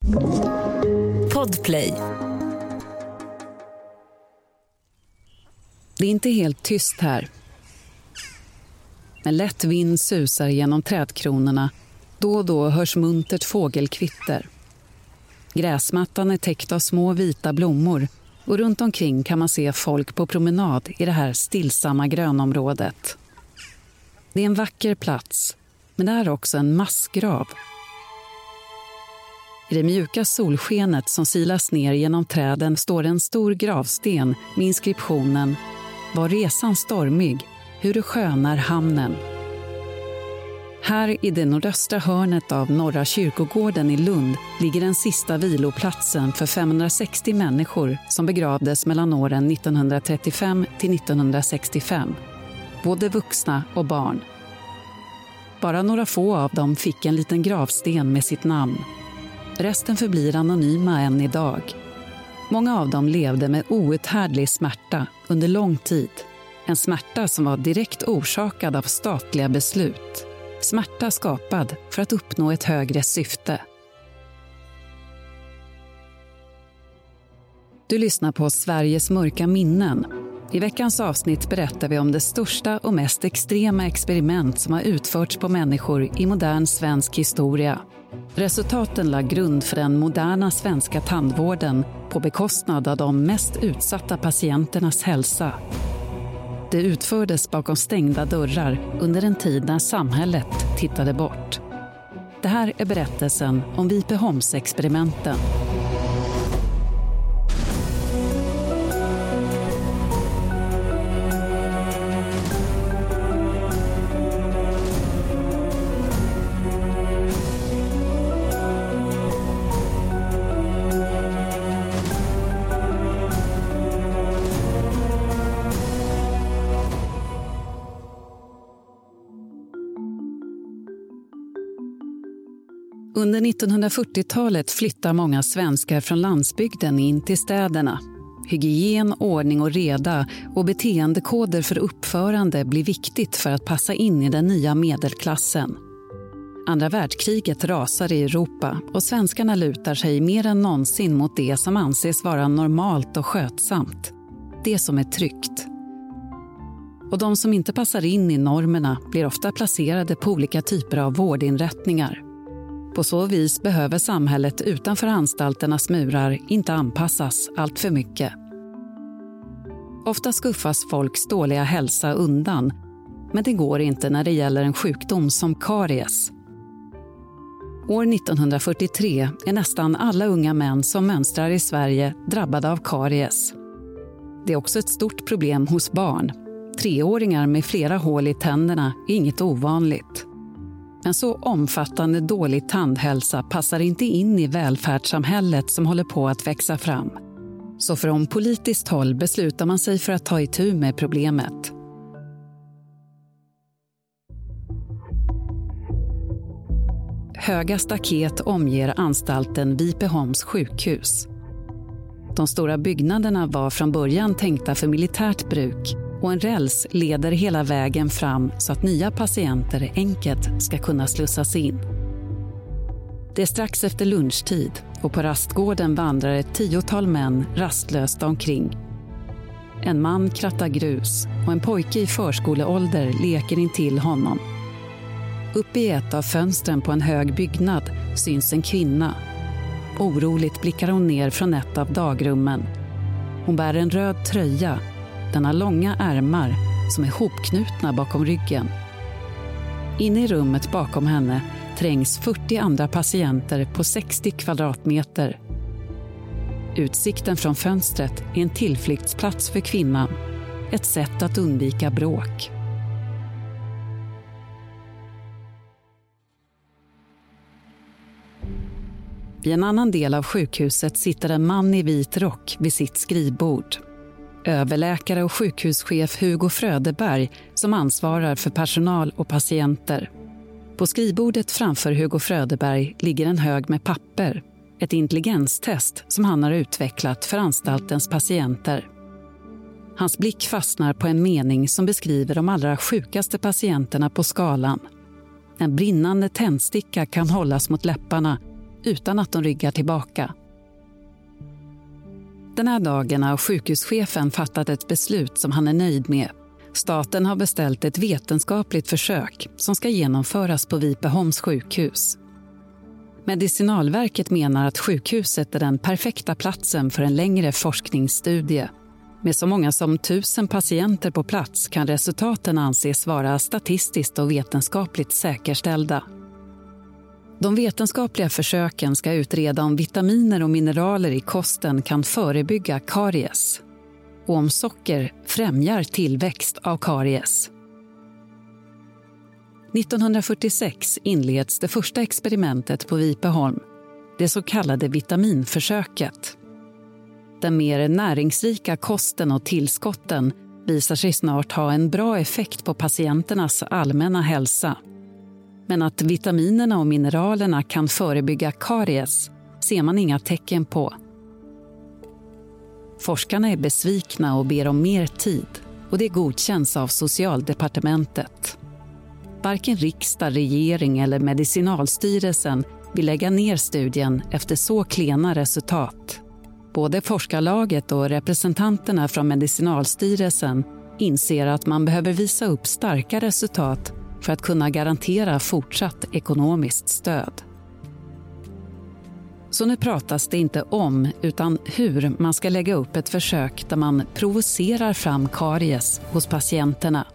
Podplay. Det är inte helt tyst här. En lätt vind susar genom trädkronorna. Då och då hörs muntert fågelkvitter. Gräsmattan är täckt av små vita blommor och runt omkring kan man se folk på promenad i det här stillsamma grönområdet. Det är en vacker plats, men det är också en massgrav. I det mjuka solskenet som silas ner genom träden står en stor gravsten med inskriptionen "Var resan stormig, hur du skönar hamnen". Här i det nordöstra hörnet av Norra kyrkogården i Lund ligger den sista viloplatsen för 560 människor som begravdes mellan åren 1935 till 1965. Både vuxna och barn. Bara några få av dem fick en liten gravsten med sitt namn. Resten förblir anonyma än idag. Många av dem levde med outhärdlig smärta under lång tid. En smärta som var direkt orsakad av statliga beslut. Smärta skapad för att uppnå ett högre syfte. Du lyssnar på Sveriges mörka minnen. I veckans avsnitt berättar vi om det största och mest extrema experiment som har utförts på människor i modern svensk historia. Resultaten la grund för den moderna svenska tandvården på bekostnad av de mest utsatta patienternas hälsa. Det utfördes bakom stängda dörrar under en tid när samhället tittade bort. Det här är berättelsen om Vipeholmsexperimenten. Under 1940-talet flyttar många svenskar från landsbygden in till städerna. Hygien, ordning och reda och beteendekoder för uppförande blir viktigt för att passa in i den nya medelklassen. Andra världskriget rasar i Europa och svenskarna lutar sig mer än någonsin mot det som anses vara normalt och skötsamt. Det som är tryggt. Och de som inte passar in i normerna blir ofta placerade på olika typer av vårdinrättningar. På så vis behöver samhället utanför anstalternas murar inte anpassas allt för mycket. Ofta skuffas folks dåliga hälsa undan, men det går inte när det gäller en sjukdom som karies. År 1943 är nästan alla unga män som mönstrar i Sverige drabbade av karies. Det är också ett stort problem hos barn. 3-åringar med flera hål i tänderna är inget ovanligt. Men så omfattande dålig tandhälsa passar inte in i välfärdssamhället som håller på att växa fram. Så från politiskt håll beslutar man sig för att ta itu med problemet. Höga staket omger anstalten Vipeholms sjukhus. De stora byggnaderna var från början tänkta för militärt bruk och en räls leder hela vägen fram så att nya patienter enkelt ska kunna slussas in. Det är strax efter lunchtid och på rastgården vandrar ett 10-tal män rastlöst omkring. En man krattar grus och en pojke i förskoleålder leker intill honom. Uppe i ett av fönstren på en hög byggnad syns en kvinna. Oroligt blickar hon ner från ett av dagrummen. Hon bär en röd tröja. Den har långa ärmar som är hopknutna bakom ryggen. Inne i rummet bakom henne trängs 40 andra patienter på 60 kvadratmeter. Utsikten från fönstret är en tillflyktsplats för kvinnan. Ett sätt att undvika bråk. I en annan del av sjukhuset sitter en man i vit rock vid sitt skrivbord. Överläkare och sjukhuschef Hugo Fröderberg som ansvarar för personal och patienter. På skrivbordet framför Hugo Fröderberg ligger en hög med papper. Ett intelligenstest som han har utvecklat för anstaltens patienter. Hans blick fastnar på en mening som beskriver de allra sjukaste patienterna på skalan. En brinnande tändsticka kan hållas mot läpparna utan att de ryggar tillbaka. Den här dagen har sjukhuschefen fattat ett beslut som han är nöjd med. Staten har beställt ett vetenskapligt försök som ska genomföras på Vipeholms sjukhus. Medicinalverket menar att sjukhuset är den perfekta platsen för en längre forskningsstudie. Med så många som 1000 patienter på plats kan resultaten anses vara statistiskt och vetenskapligt säkerställda. De vetenskapliga försöken ska utreda om vitaminer och mineraler i kosten kan förebygga karies och om socker främjar tillväxt av karies. 1946 inleds det första experimentet på Vipeholm, det så kallade vitaminförsöket. Den mer näringsrika kosten och tillskotten visar sig snart ha en bra effekt på patienternas allmänna hälsa. Men att vitaminerna och mineralerna kan förebygga karies ser man inga tecken på. Forskarna är besvikna och ber om mer tid, och det godkänns av Socialdepartementet. Varken riksdag, regering eller Medicinalstyrelsen vill lägga ner studien efter så klena resultat. Både forskarlaget och representanterna från Medicinalstyrelsen inser att man behöver visa upp starka resultat för att kunna garantera fortsatt ekonomiskt stöd. Så nu pratas det inte om utan hur man ska lägga upp ett försök där man provocerar fram karies hos patienterna.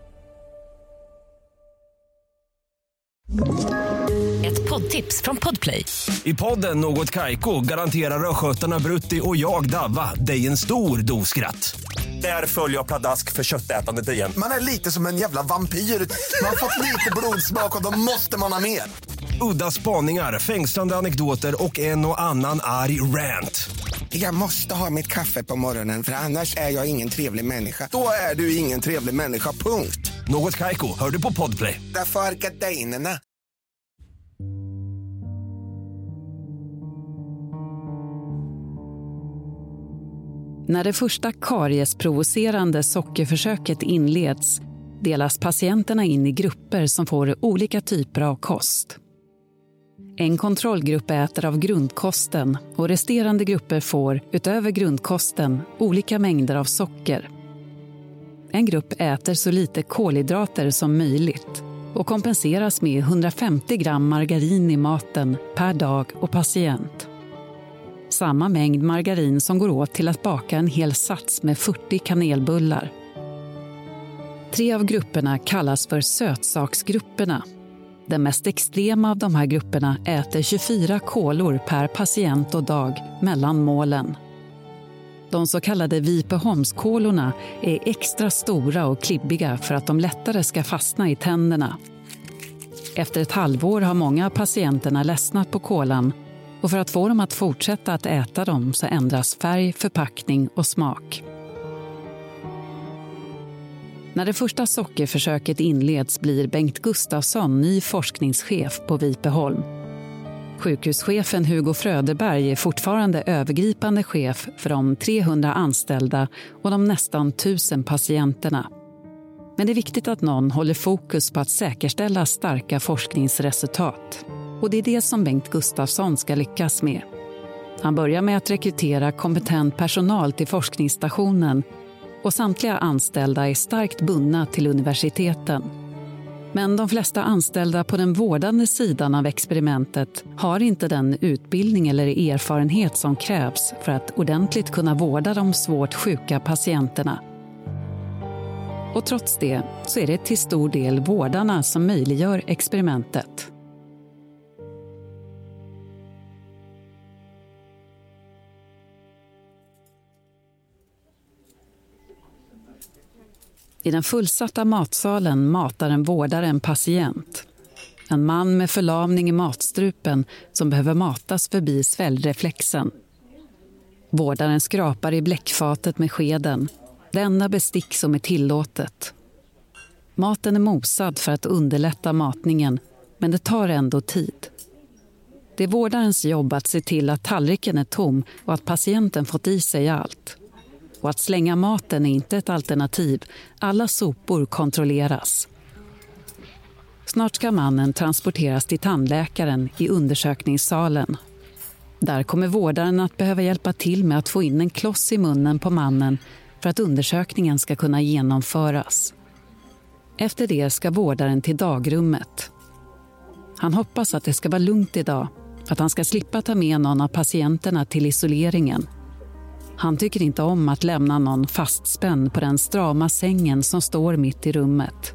Ett poddtips från Podplay. I podden Något Kaiko garanterar röskötarna Brutti och jag Davva dig en stor doskratt. Där följer jag pladask för köttätandet igen. Man är lite som en jävla vampyr. Man har fått lite blodsmak och då måste man ha mer. Udda spaningar, fängslande anekdoter och en och annan arg rant. Jag måste ha mitt kaffe på morgonen för annars är jag ingen trevlig människa. Då är du ingen trevlig människa, punkt. Något Kaiko, hör du på Podplay. Därför är gardinerna. När det första kariesprovocerande sockerförsöket inleds delas patienterna in i grupper som får olika typer av kost. En kontrollgrupp äter av grundkosten och resterande grupper får, utöver grundkosten, olika mängder av socker. En grupp äter så lite kolhydrater som möjligt och kompenseras med 150 gram margarin i maten per dag och patient. Samma mängd margarin som går åt till att baka en hel sats med 40 kanelbullar. 3 av grupperna kallas för sötsaksgrupperna. Den mest extrema av de här grupperna äter 24 kolor per patient och dag mellan målen. De så kallade Vipeholmskolorna är extra stora och klibbiga för att de lättare ska fastna i tänderna. Efter ett halvår har många av patienterna ledsnat på kolan, och för att få dem att fortsätta att äta dem så ändras färg, förpackning och smak. När det första sockerförsöket inleds blir Bengt Gustafsson ny forskningschef på Vipeholm. Sjukhuschefen Hugo Fröderberg är fortfarande övergripande chef för de 300 anställda och de nästan 1000 patienterna. Men det är viktigt att någon håller fokus på att säkerställa starka forskningsresultat. Och det är det som Bengt Gustafsson ska lyckas med. Han börjar med att rekrytera kompetent personal till forskningsstationen och samtliga anställda är starkt bundna till universiteten. Men de flesta anställda på den vårdande sidan av experimentet har inte den utbildning eller erfarenhet som krävs för att ordentligt kunna vårda de svårt sjuka patienterna. Och trots det så är det till stor del vårdarna som möjliggör experimentet. I den fullsatta matsalen matar en vårdare en patient. En man med förlamning i matstrupen som behöver matas förbi sväljreflexen. Vårdaren skrapar i bläckfatet med skeden, det enda bestick som är tillåtet. Maten är mosad för att underlätta matningen, men det tar ändå tid. Det är vårdarens jobb att se till att tallriken är tom och att patienten fått i sig allt. Och att slänga maten är inte ett alternativ. Alla sopor kontrolleras. Snart ska mannen transporteras till tandläkaren i undersökningssalen. Där kommer vårdaren att behöva hjälpa till med att få in en kloss i munnen på mannen för att undersökningen ska kunna genomföras. Efter det ska vårdaren till dagrummet. Han hoppas att det ska vara lugnt idag, att han ska slippa ta med någon av patienterna till isoleringen. Han tycker inte om att lämna någon fastspänd på den strama sängen som står mitt i rummet.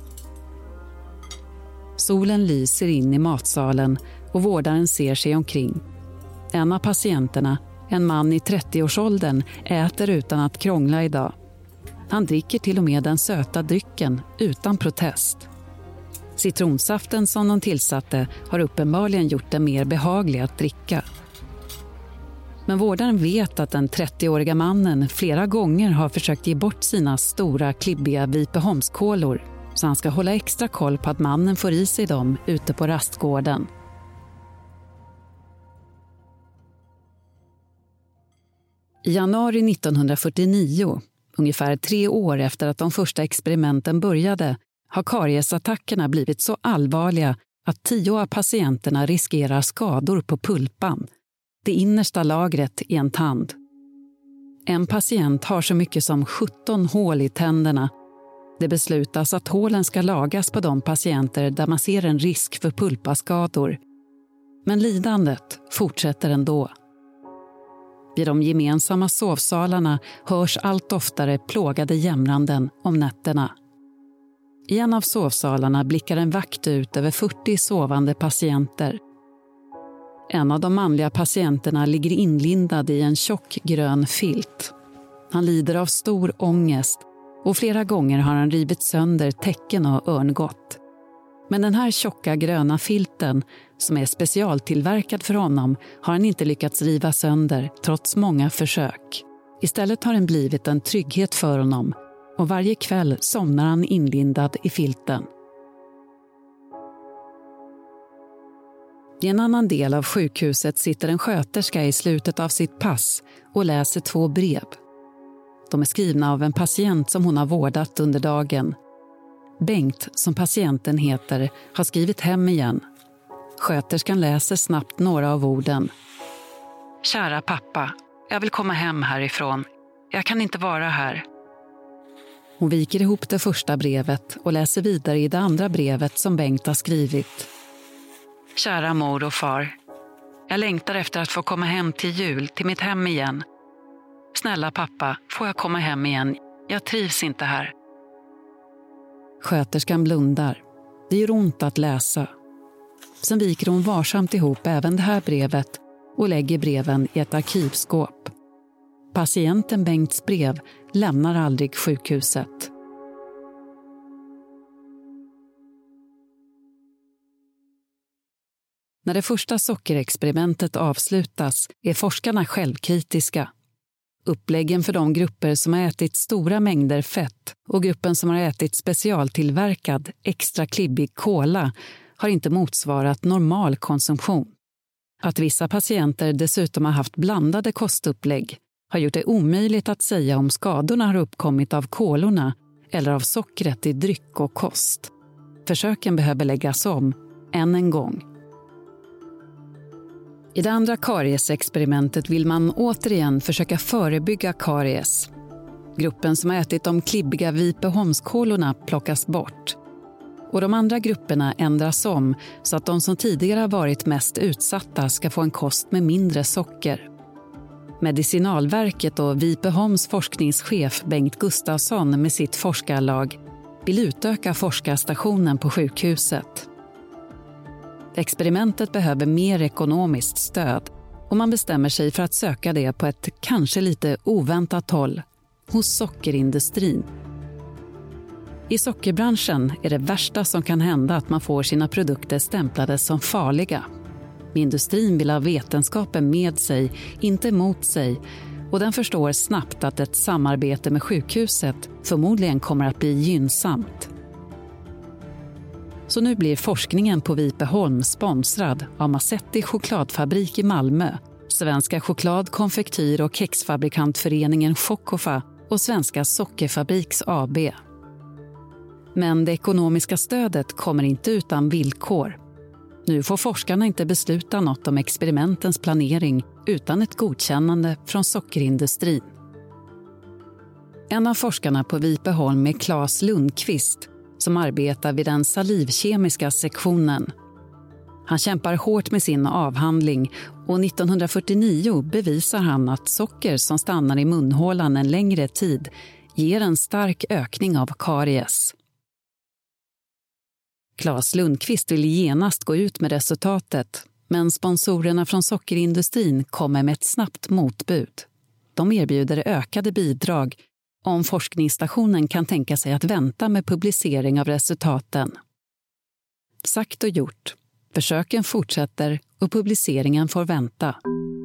Solen lyser in i matsalen och vårdaren ser sig omkring. En av patienterna, en man i 30-årsåldern, äter utan att krångla idag. Han dricker till och med den söta drycken utan protest. Citronsaften som de tillsatte har uppenbarligen gjort den mer behaglig att dricka. Men vårdaren vet att den 30-åriga mannen flera gånger har försökt ge bort sina stora klibbiga Vipeholmskolor, så han ska hålla extra koll på att mannen får i sig dem ute på rastgården. I januari 1949, ungefär 3 år efter att de första experimenten började, har kariesattackerna blivit så allvarliga att 10 av patienterna riskerar skador på pulpan, det innersta lagret i en tand. En patient har så mycket som 17 hål i tänderna. Det beslutas att hålen ska lagas på de patienter där man ser en risk för pulpaskador. Men lidandet fortsätter ändå. Vid de gemensamma sovsalarna hörs allt oftare plågade jämranden om nätterna. I en av sovsalarna blickar en vakt ut över 40 sovande patienter. En av de manliga patienterna ligger inlindad i en tjock grön filt. Han lider av stor ångest och flera gånger har han rivit sönder täcken och örngott. Men den här tjocka gröna filten, som är specialtillverkad för honom, har han inte lyckats riva sönder trots många försök. Istället har den blivit en trygghet för honom och varje kväll somnar han inlindad i filten. I en annan del av sjukhuset sitter en sköterska i slutet av sitt pass och läser 2 brev. De är skrivna av en patient som hon har vårdat under dagen. Bengt, som patienten heter, har skrivit hem igen. Sköterskan läser snabbt några av orden. Kära pappa, jag vill komma hem härifrån. Jag kan inte vara här. Hon viker ihop det första brevet och läser vidare i det andra brevet som Bengt har skrivit. Kära mor och far, jag längtar efter att få komma hem till jul, till mitt hem igen. Snälla pappa, får jag komma hem igen? Jag trivs inte här. Sköterskan blundar. Det gör ont att läsa. Sen viker hon varsamt ihop även det här brevet och lägger breven i ett arkivskåp. Patienten Bengts brev lämnar aldrig sjukhuset. När det första sockerexperimentet avslutas är forskarna självkritiska. Uppläggen för de grupper som har ätit stora mängder fett och gruppen som har ätit specialtillverkad, extra klibbig kola har inte motsvarat normal konsumtion. Att vissa patienter dessutom har haft blandade kostupplägg har gjort det omöjligt att säga om skadorna har uppkommit av kolorna eller av sockret i dryck och kost. Försöken behöver läggas om än en gång. I det andra kariesexperimentet vill man återigen försöka förebygga karies. Gruppen som har ätit de klibbiga Vipeholmskolorna plockas bort. Och de andra grupperna ändras om så att de som tidigare har varit mest utsatta ska få en kost med mindre socker. Medicinalverket och Vipeholms forskningschef Bengt Gustafsson med sitt forskarlag vill utöka forskarstationen på sjukhuset. Experimentet behöver mer ekonomiskt stöd och man bestämmer sig för att söka det på ett kanske lite oväntat håll, hos sockerindustrin. I sockerbranschen är det värsta som kan hända att man får sina produkter stämplade som farliga. Industrin vill ha vetenskapen med sig, inte emot sig, och den förstår snabbt att ett samarbete med sjukhuset förmodligen kommer att bli gynnsamt. Så nu blir forskningen på Vipeholm sponsrad av Massetti chokladfabrik i Malmö, Svenska choklad-, konfektyr- och kexfabrikantföreningen Chocofa och Svenska Sockerfabriks AB. Men det ekonomiska stödet kommer inte utan villkor. Nu får forskarna inte besluta något om experimentens planering utan ett godkännande från sockerindustrin. En av forskarna på Vipeholm är Claes Lundqvist som arbetar vid den salivkemiska sektionen. Han kämpar hårt med sin avhandling och 1949 bevisar han att socker som stannar i munhålan en längre tid ger en stark ökning av karies. Claes Lundqvist vill genast gå ut med resultatet, men sponsorerna från sockerindustrin kommer med ett snabbt motbud. De erbjuder ökade bidrag om forskningsstationen kan tänka sig att vänta med publicering av resultaten. Sagt och gjort. Försöken fortsätter och publiceringen får vänta.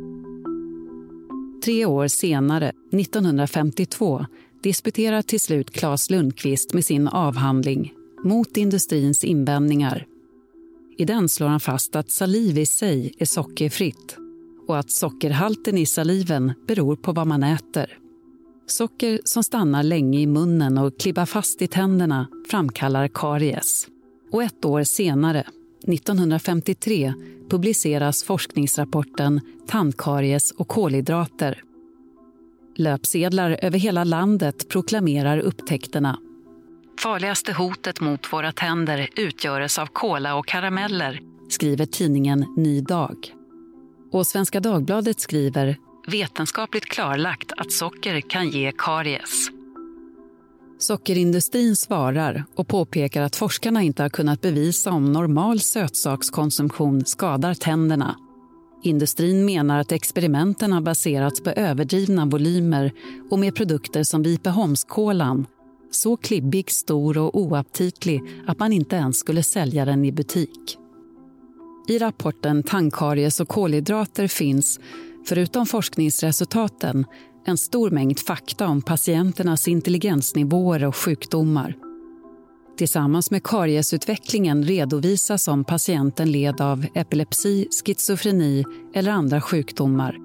3 år senare, 1952, disputerar till slut Claes Lundqvist med sin avhandling mot industrins invändningar. I den slår han fast att saliv i sig är sockerfritt och att sockerhalten i saliven beror på vad man äter. Socker som stannar länge i munnen och klibbar fast i tänderna framkallar karies. Och 1 år senare, 1953, publiceras forskningsrapporten Tandkaries och kolhydrater. Löpsedlar över hela landet proklamerar upptäckterna. Farligaste hotet mot våra tänder utgöres av kola och karameller, skriver tidningen Ny Dag. Och Svenska Dagbladet skriver vetenskapligt klarlagt att socker kan ge karies. Sockerindustrin svarar och påpekar att forskarna inte har kunnat bevisa om normal sötsakskonsumtion skadar tänderna. Industrin menar att experimenten har baserats på överdrivna volymer och med produkter som Vipeholmskolan, så klibbig, stor och oaptitlig att man inte ens skulle sälja den i butik. I rapporten Tandkaries och kolhydrater finns, förutom forskningsresultaten, en stor mängd fakta om patienternas intelligensnivåer och sjukdomar. Tillsammans med kariesutvecklingen redovisas om patienten led av epilepsi, schizofreni eller andra sjukdomar.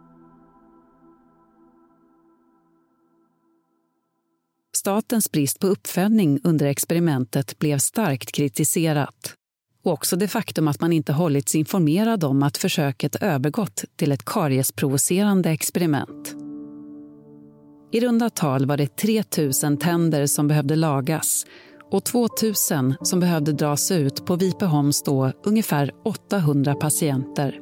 Statens brist på uppföljning under experimentet blev starkt kritiserat. Och också det faktum att man inte hållits informerad om att försöket övergått till ett kariesprovocerande experiment. I runda tal var det 3 000 tänder som behövde lagas och 2 000 som behövde dras ut på Vipeholms då ungefär 800 patienter.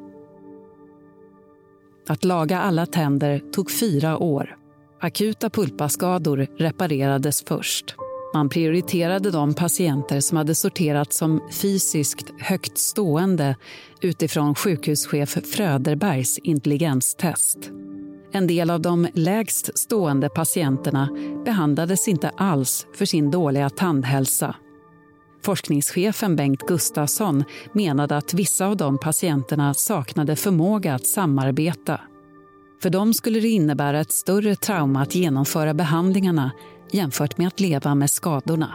Att laga alla tänder tog 4 år. Akuta pulpaskador reparerades först. Man prioriterade de patienter som hade sorterats som fysiskt högt stående utifrån sjukhuschef Fröderbergs intelligenstest. En del av de lägst stående patienterna behandlades inte alls för sin dåliga tandhälsa. Forskningschefen Bengt Gustafsson menade att vissa av de patienterna saknade förmåga att samarbeta. För dem skulle det innebära ett större trauma att genomföra behandlingarna jämfört med att leva med skadorna.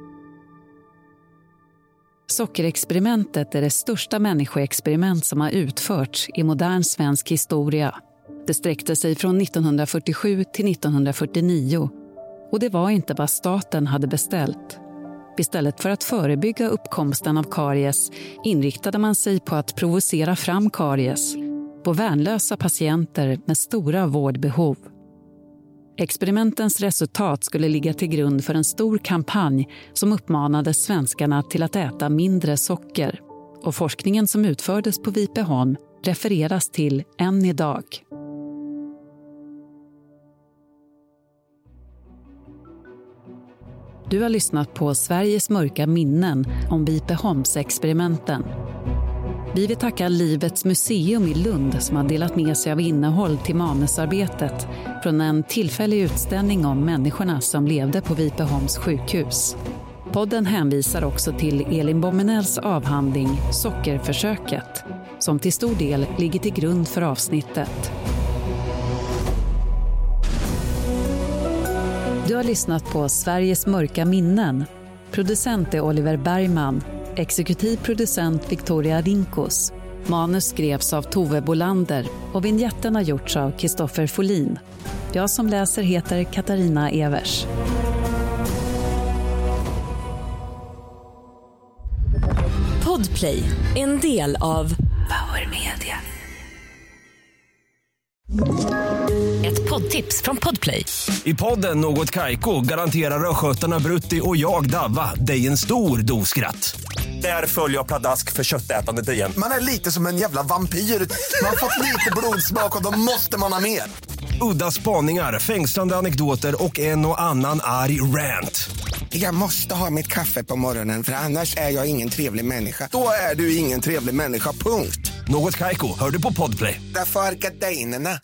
Sockerexperimentet är det största människoexperiment som har utförts i modern svensk historia. Det sträckte sig från 1947 till 1949 och det var inte vad staten hade beställt. Istället för att förebygga uppkomsten av karies inriktade man sig på att provocera fram karies på värnlösa patienter med stora vårdbehov. Experimentens resultat skulle ligga till grund för en stor kampanj som uppmanade svenskarna till att äta mindre socker. Och forskningen som utfördes på Vipeholm refereras till än idag. Du har lyssnat på Sveriges mörka minnen om Vipeholmsexperimenten. Vi vill tacka Livets museum i Lund som har delat med sig av innehåll till manusarbetet från en tillfällig utställning om människorna som levde på Vipeholms sjukhus. Podden hänvisar också till Elin Bommenells avhandling Sockerförsöket som till stor del ligger till grund för avsnittet. Du har lyssnat på Sveriges mörka minnen. Producent är Oliver Bergman. Exekutiv producent Victoria Rinkos. Manus skrevs av Tove Bolander och vignetten har gjorts av Kristoffer Folin. Jag som läser heter Katarina Evers. Podplay, en del av Power Media. Ett poddtips från Podplay. I podden Något Kaiko garanterar röskötarna Brutti och jag Davva dig en stor doskratt. Där följer jag pladask för köttätandet igen. Man är lite som en jävla vampyr. Man har fått lite blodsmak och då måste man ha mer. Udda spaningar, fängslande anekdoter och en och annan arg rant. Jag måste ha mitt kaffe på morgonen för annars är jag ingen trevlig människa. Då är du ingen trevlig människa, punkt. Något Kaiko, hör du på Podplay. Därför är gardinerna.